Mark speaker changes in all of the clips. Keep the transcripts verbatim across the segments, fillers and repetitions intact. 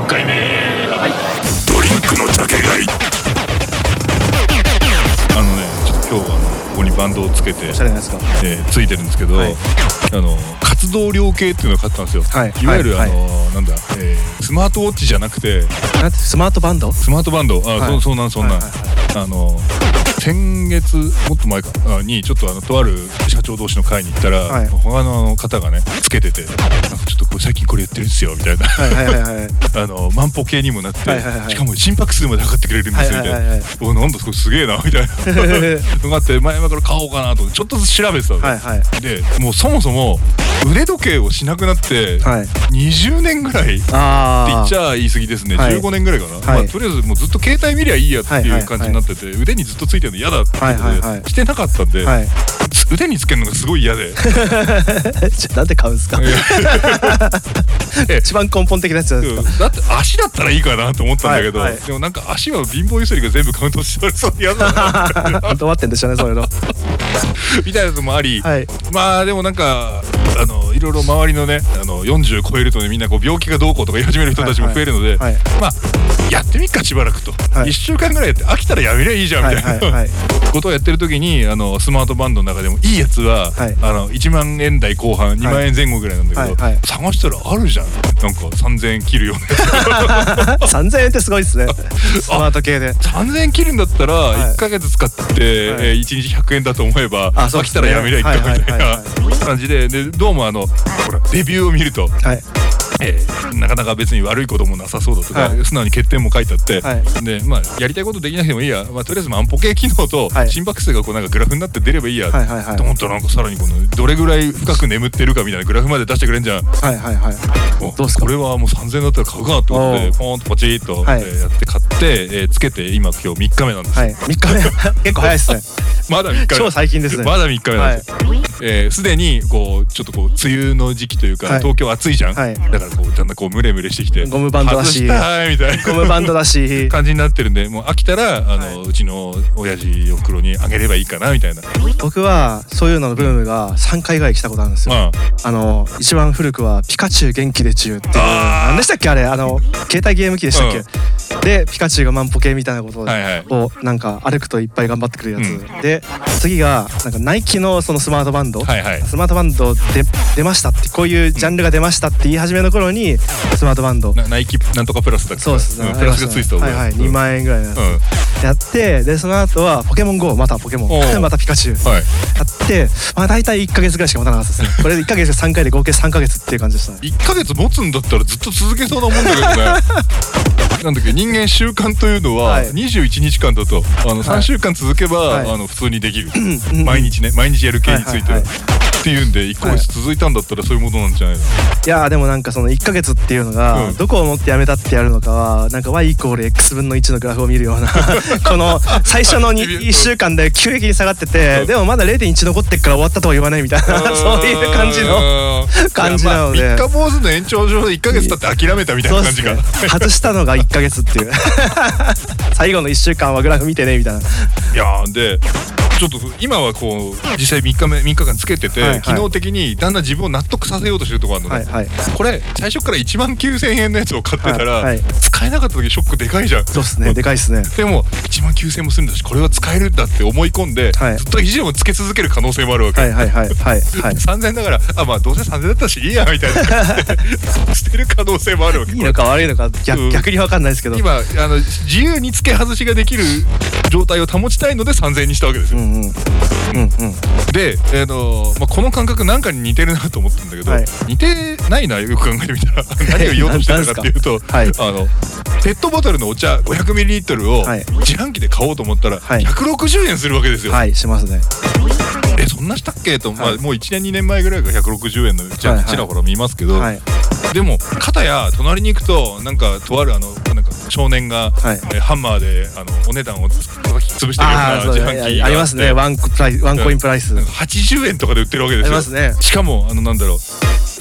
Speaker 1: っかいめ、はい、
Speaker 2: ドリンクのジャケ買い。
Speaker 1: あのね、ちょっと今日はあのここにバンドをつけて、
Speaker 3: おしゃれなんですか、
Speaker 1: えー、ついてるんですけど、はい、あの活動量計っていうのを買ったんですよ、はい、いわゆる、はい、あの、はい、なんだ、えー、スマートウォッチじゃなくて、
Speaker 3: なんてスマートバンド
Speaker 1: スマートバンド、あ、はい、そ, そうなんそんなん、はいはいはい、あの先月もっと前かにちょっとあのとある社長同士の会に行ったら、はい、他のあの方がねつけてて、なんかちょっとこれ最近これやってるんですよみたいな、はいはいはいはい、あの万歩計にもなって、はいはいはい、しかも心拍数まで測ってくれるんですよみたいな、はいはいはい、おなんだそれすげえなみたいなのがあって、前々から買おうかなとちょっとずつ調べてたの、はいはい、でもうそもそも腕時計をしなくなってにじゅうねんぐらいって言っちゃ言い過ぎですね、はい、じゅうごねんぐらいかな、はい、まあ、とりあえずもうずっと携帯見りゃいいやっていう感じになってて、はいはいはい、腕にずっとついてるの嫌だってことで、はいはいはい、してなかったんで、はい、腕につけるのがすごい嫌でじ
Speaker 3: ゃあなんで買うんですか一番根本的なやつなんですか。
Speaker 1: だって足だったらいいかなと思ったんだけど、はいはい、でもなんか足は貧乏ゆすりが全部カウントしてそうで嫌だな
Speaker 3: どうなってんでしょうねそういうの
Speaker 1: みたいなのもあり、はい、まあでもなんかあのいろいろ周りのねあのよんじゅう超えるとねみんなこう病気がどうこうとか言い始める人たちも増えるので、はいはい、まあやってみっかしばらくと、はい、いっしゅうかんぐらいやって飽きたらやめりゃいいじゃんみたいな、はいはいはい、ことをやってる時にあのスマートバンドの中でもいいやつは、はい、あのいちまんえん台後半にまんえんぜん後ぐらいなんだけど、はいはい、探したらあるじゃん、なんかさんぜんえん切るようなやつ
Speaker 3: さんぜんえんってすごいっすねスマート系で
Speaker 1: さんぜんえん切るんだったらいっかげつ使って、はい、えー、いちにちひゃくえんだと思えば、飽きたらやめりゃいいかみたいな感じで、でどうもあのほらレビューを見ると、はい、えー、なかなか別に悪いこともなさそうだとか、はい、素直に欠点も書いてあって、はい、でまあやりたいことできなくてもいいや、まあ、とりあえず万歩計機能と心拍数がこうなんかグラフになって出ればいいや、はいはいはい、と思ったらなんかさらにこのどれぐらい深く眠ってるかみたいなグラフまで出してくれんじゃん。はいはいはい。どうすか。これはもうさんぜんえんだったら買うかってことでポーンとポチッと、はい、えー、やって買って、えー、つけて今今日みっかめなんです、
Speaker 3: はい、みっかめ結構早いですね
Speaker 1: まだみっかめ
Speaker 3: 超最近ですね。
Speaker 1: まだみっかめなんですよ、はい、えー、すでにこうちょっとこう梅雨の時期というか、はい、東京暑いじゃん、はい、だからこうだんだんこうムレムレしてきて
Speaker 3: ゴムバンドだし
Speaker 1: 外したいみたいな
Speaker 3: ゴムバンドだし
Speaker 1: 感じになってるんで、もう飽きたらあの、はい、うちの親父おふくろにあげればいいかなみたいな。
Speaker 3: 僕はそういうののブームがさんかいぐらい来たことあるんですよ、ああの一番古くはピカチュウ元気でちゅうっていう、何でしたっけあれ、あの携帯ゲーム機でしたっけ、うん、でピカチュウが万歩計みたいなことを、はいはい、なんか歩くといっぱい頑張ってくれるやつ、うん、で次がなんかナイキのそのスマートバンド、はいはい、スマートバンドで出ましたって、こういうジャンルが出ましたって言い始めの頃にスマートバンド
Speaker 1: ナイキなんとかプラスだっけ、
Speaker 3: そうですね、
Speaker 1: うん、プラスがついてた、
Speaker 3: はいはい、にまんえんぐらいのやつ、うん、やって、でその後はポケモン ゴー、またポケモンまたピカチュウ、はい、やって、まあ大体いっかげつぐらいしか持たなかったですねこれでいっかげつでさんかいで合計さんかげつっていう感じでしたね。
Speaker 1: いっかげつ持つんだったらずっと続けそうなもんだけどねなんだっけ、人間習慣というのはにじゅういちにちかんだとあのさんしゅうかん続けば、はい、あの普通にできる毎日ね、毎日やる系については、はいはいはい、っていうんでいっかげつ続いたんだったらそういうものなんじゃないの。
Speaker 3: いやでもなんかそのいっかげつっていうのが、うん、どこをもってやめたってやるのかはなんか ワイ イコール エックス 分のいちのグラフを見るようなこの最初のいっしゅうかんで急激に下がってて、うん、でもまだ れいてんいち 残ってっから終わったとは言わないみたいなそういう感じの感じなので、
Speaker 1: まあ、三日坊主の延長上でいっかげつ経って諦めたみたいな感じが、ね、
Speaker 3: 外したのがいっかげつっていう最後のいっしゅうかんはグラフ見てねみたいな。い
Speaker 1: やでちょっと今はこう実際みっかめみっかかんつけてて、はいはい、機能的にだんだん自分を納得させようとしてるところあるのね、はいはい、これ最初からいちまんきゅうせんえんのやつを買ってたら、はいはい、使えなかった時ショックでかいじゃん。
Speaker 3: そうっすね、でかいっすね。
Speaker 1: でもいちまんきゅうせんえんもするんだしこれは使えるんだって思い込んで、はい、ずっと肘をつけ続ける可能性もあるわけ。はいはいはいはい、はい、さんぜんえんだからあまあどうせさんぜんえんだったしいいやみたいな捨てる可能性もあるわけ。
Speaker 3: いいのか悪いのか 逆,、うん、逆に分かんないですけど、
Speaker 1: 今あの自由に付け外しができる状態を保ちたいのでさんぜんえんにしたわけですよ、うんうんうんうん、で、えーのまあ、この感覚なんかに似てるなと思ったんだけど、はい、似てないなよく考えてみたら何を言おうとしてたかっていうと、はい、あのペットボトルのお茶 ごひゃくミリリットル を自販機で買おうと思ったらひゃくろくじゅうえんするわけですよ。
Speaker 3: はい、しますね。
Speaker 1: えそんなしたっけと、はい、まあ、もういちねんにねんまえぐらいがひゃくろくじゅうえんのちらほら見ますけど、はいはい、でも片や隣に行くとなんかとあるあのなんか少年が、はい、えハンマーであのお値段を叩き潰してるような自販機が
Speaker 3: あ, ありますね。ワンプライワンコインプライス
Speaker 1: はちじゅうえんとかで売ってるわけですよ。
Speaker 3: ありますね。
Speaker 1: しかもあのなんだろう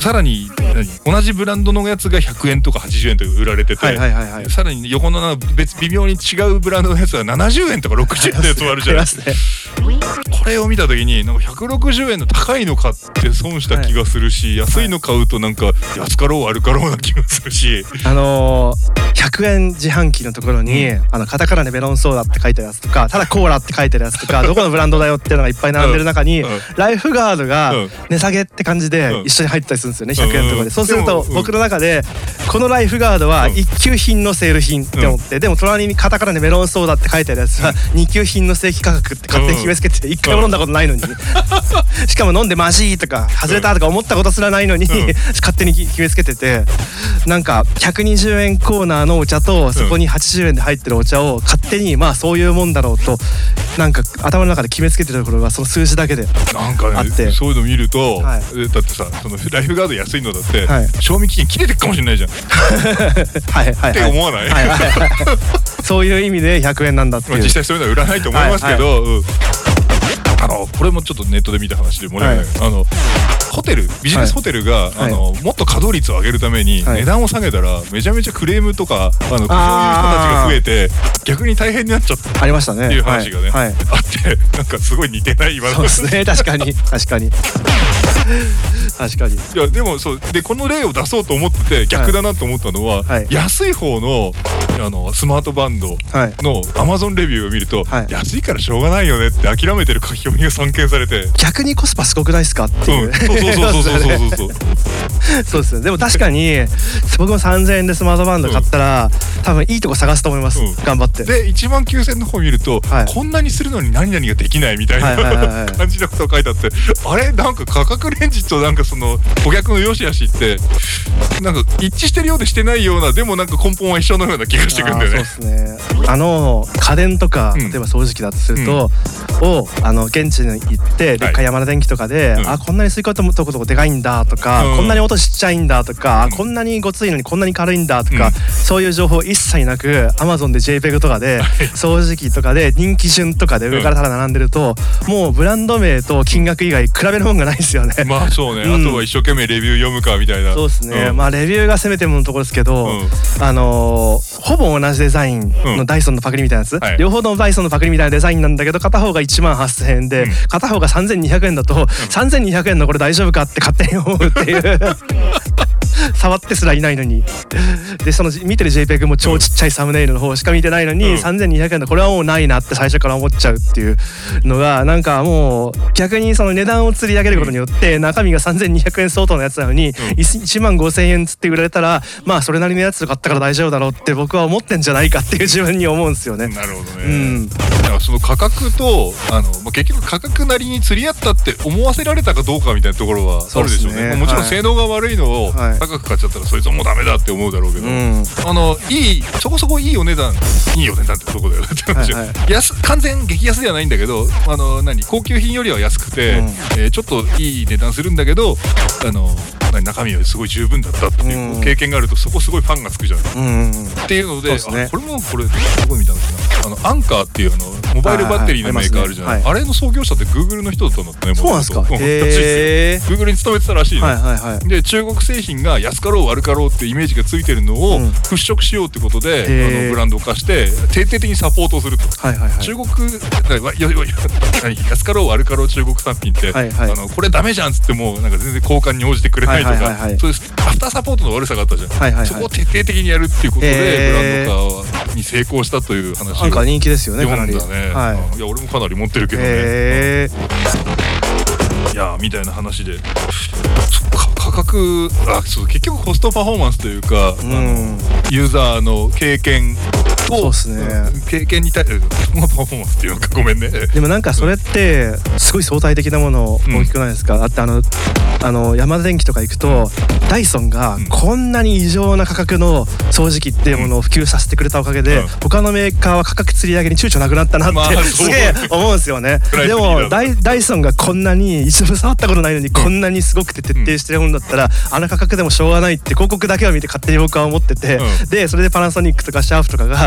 Speaker 1: さらに何同じブランドのやつがひゃくえんとかはちじゅうえんとか売られてて、はいはいはいはい、さらに横の別微妙に違うブランドのやつはななじゅうえんとかろくじゅうえんのやつもあるじゃないですか。これを見た時になんかひゃくろくじゅうえんの高いの買って損した気がするし、はい、安いの買うとなんか安かろう悪かろうな気がするし、
Speaker 3: あのー、ひゃくえん自販機のところに、うん、あのカタカナでメロンソーダって書いてあるやつとか、ただコーラって書いてるやつとかどこのブランドだよっていうのがいっぱい並んでる中に、うんうん、ライフガードが値下げって感じで一緒に入ってたりするんですよね、ひゃくえんとかで、うん、そうすると僕の中でこのライフガードは一級品のセール品って思って、うん、でも隣にカタカナでメロンソーダって書いてあるやつはに級品の正規価格って勝手に決めつけて一回も飲んだことないのにしかも飲んでマジーとか外れたとか思ったことすらないのに、うん、勝手に決めつけてて、なんかひゃくにじゅうえんコーナーのお茶とそこにはちじゅうえんで入ってるお茶を勝手にまあそういうもんだろうとなんか頭の中で決めつけてるところがその数字だけで
Speaker 1: なんか、ね、
Speaker 3: あって
Speaker 1: そういうの見ると、はい、だってさそのライフガード安いのだって、はい、賞味期限切れてるかもしれないじゃん
Speaker 3: はいはい、はい、
Speaker 1: って思わない、はいはいはい、
Speaker 3: そういう意味でひゃくえんなんだっていう、まあ、
Speaker 1: 実際そういうのは売らないと思いますけど、はいはい、うん、あのこれもちょっとネットで見た話で盛り上がる、はい、あのホテルビジネスホテルが、はい、あのもっと稼働率を上げるために値段を下げたらめちゃめちゃクレームとかあの苦情の人たちが増えて逆に大変になっちゃった
Speaker 3: ありましたね
Speaker 1: っていう話がね、はいはい、あってなんかすごい似てない今の
Speaker 3: そうですね確かに確かに確かに。い
Speaker 1: やでもそうでこの例を出そうと思ってて逆だなと思ったのは、はい、安い方のあのスマートバンドの Amazon レビューを見ると、はい、安いからしょうがないよねって諦めてる書き込みが散見されて
Speaker 3: 逆にコスパすごくないですかっていう、うん、そう
Speaker 1: そうそうそうそうそうそう
Speaker 3: そうですね。でも確かに僕もさんぜんえんでスマートバンド買ったら、うん、多分いいとこ探すと思います、うん、頑張って。
Speaker 1: でいちまんきゅうせんの方見ると、はい、こんなにするのに何々ができないみたいな、はいはいはいはい、感じのことが書いてあってあれなんか価格レンジとなんかその顧客の良し悪しってなんか一致してるようでしてないようなでもなんか根本は一緒のような気がしてくるんだよね。
Speaker 3: あ、そうですね。あの家電とか、うん、例えば掃除機だとすると、うん、をあの現地に行ってでっかいヤマダ電機とかで、はい、あこんなに吸い込むとこでかいんだとか、うん、こんなに音ちっちゃいんだとか、うん、こんなにごついのにこんなに軽いんだとか、うん、そういう情報一切なく Amazon で ジェイペグ とかで掃除機とかで人気順とかで上からただ並んでると、うん、もうブランド名と金額以外比べるもんがないですよね。
Speaker 1: まあそうね、うん、あとは一生懸命レビュー読むかみたいな。
Speaker 3: そうですね、うん、まあレビューがせめてものところですけど、うん、あのー、ほぼ同じデザインのダイソンのパクリみたいなやつ、うんはい、両方のダイソンのパクリみたいなデザインなんだけど片方がいちまんはっせんえんで、うん、片方がさんぜんにひゃくえんだと、うん、さんぜんにひゃくえんのこれ大丈夫かって勝手に思うっていう触ってすらいないのにでその見てる ジェイペグ も超ちっちゃいサムネイルの方しか見てないのに、うん、さんぜんにひゃくえんのこれはもうないなって最初から思っちゃうっていうのがなんかもう逆にその値段を釣り上げることによって中身がさんぜんにひゃくえん相当のやつなのに、うん、いちまんごせんえんつって売られたらまあそれなりのやつ買ったから大丈夫だろうって僕は思ってんじゃないかっていう自分に思うんですよね。
Speaker 1: なるほどね、うん、だからその価格とあの、まあ、結局価格なりに釣り合ったって思わせられたかどうかみたいなところはあるでしょうね。うね、もちろん性能が悪いのを高く買っちゃったらそいつはもうダメだって思うだろうけど、うん、あのいいそこそこいいお値段いいお値段ってとこだよねって話、はいはい、安完全激安ではないんだけどあの何高級品よりは安くて、うん、えー、ちょっといい値段するんだけどあの中身はすごい十分だったっていう経験があるとそこすごいファンがつくじゃない、うんうん、っていうので、ね、あこれもこれどこ見たんですか、あのアンカーっていうあのモバイルバッテリーのメーカーあるじゃない、はいはい、あれの創業者って Google の人だったんだってね。
Speaker 3: そうなんですか。へー。
Speaker 1: Google に勤めてたらしいの、
Speaker 3: はいはいはい、
Speaker 1: で中国製品が安かろう悪かろうってイメージがついてるのを払拭しようってことで、うん、あのブランド化して徹底的にサポートをすると、はいはいはい、中国安かろう悪かろう中国産品って、はいはい、あのこれダメじゃんっつってもなんか全然交換に応じてくれないとか、はいはいはいはい、そういうアフターサポートの悪さがあったじゃん、はいはいはい、そこを徹底的にやるっていうことでブランド化に成功したという話を
Speaker 3: なんか人気ですよねかなり。
Speaker 1: 読んだね、はい、いや俺もかなり持ってるけどね、いやみたいな話で価格あそう結局コストパフォーマンスというか、うん、あのユーザーの経験と
Speaker 3: そうですね、
Speaker 1: 経験に対するパフォーマンスっていうのかごめんね。
Speaker 3: でもなんかそれってすごい相対的なもの大きくないですか、うん、だってあのあのヤマダ電機とか行くとダイソンがこんなに異常な価格の掃除機っていうものを普及させてくれたおかげで、うん、他のメーカーは価格釣り上げに躊躇なくなったなって、まあ、すげえ思うんですよね。でもダイ、ダイソンがこんなに一度も触ったことないのにこんなにすごくて徹底してるもんだったら、うん、あの価格でもしょうがないって広告だけを見て勝手に僕は思ってて、うん、でそれでパナソニックとかシャープとかが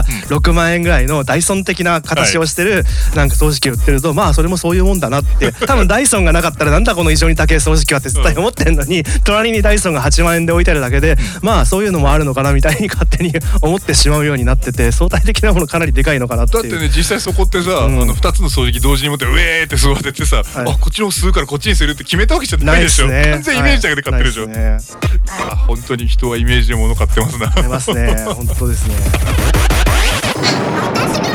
Speaker 3: ろくまんえんぐらいのダイソン的な形をしてるなんか掃除機を売ってると、まあそれもそういうもんだなって、多分ダイソンがなかったらなんだこの異常に高い掃除機はって絶対思ってんのに、隣にダイソンがはちまんえんで置いてあるだけで、まあそういうのもあるのかなみたいに勝手に思ってしまうようになってて、相対的なものかなりでかいのかなっていう。
Speaker 1: だってね、実際そこってさ、うん、あのふたつの掃除機同時に持ってウェーって座っててさ、はい、あこっちの吸うからこっちにするって決めたわけじゃないでしょ。ね、完全イメージだけで買ってるでしょ。はい、ね、あ本当に人はイメージで物買ってますな。
Speaker 3: 買ってますね、本当ですね。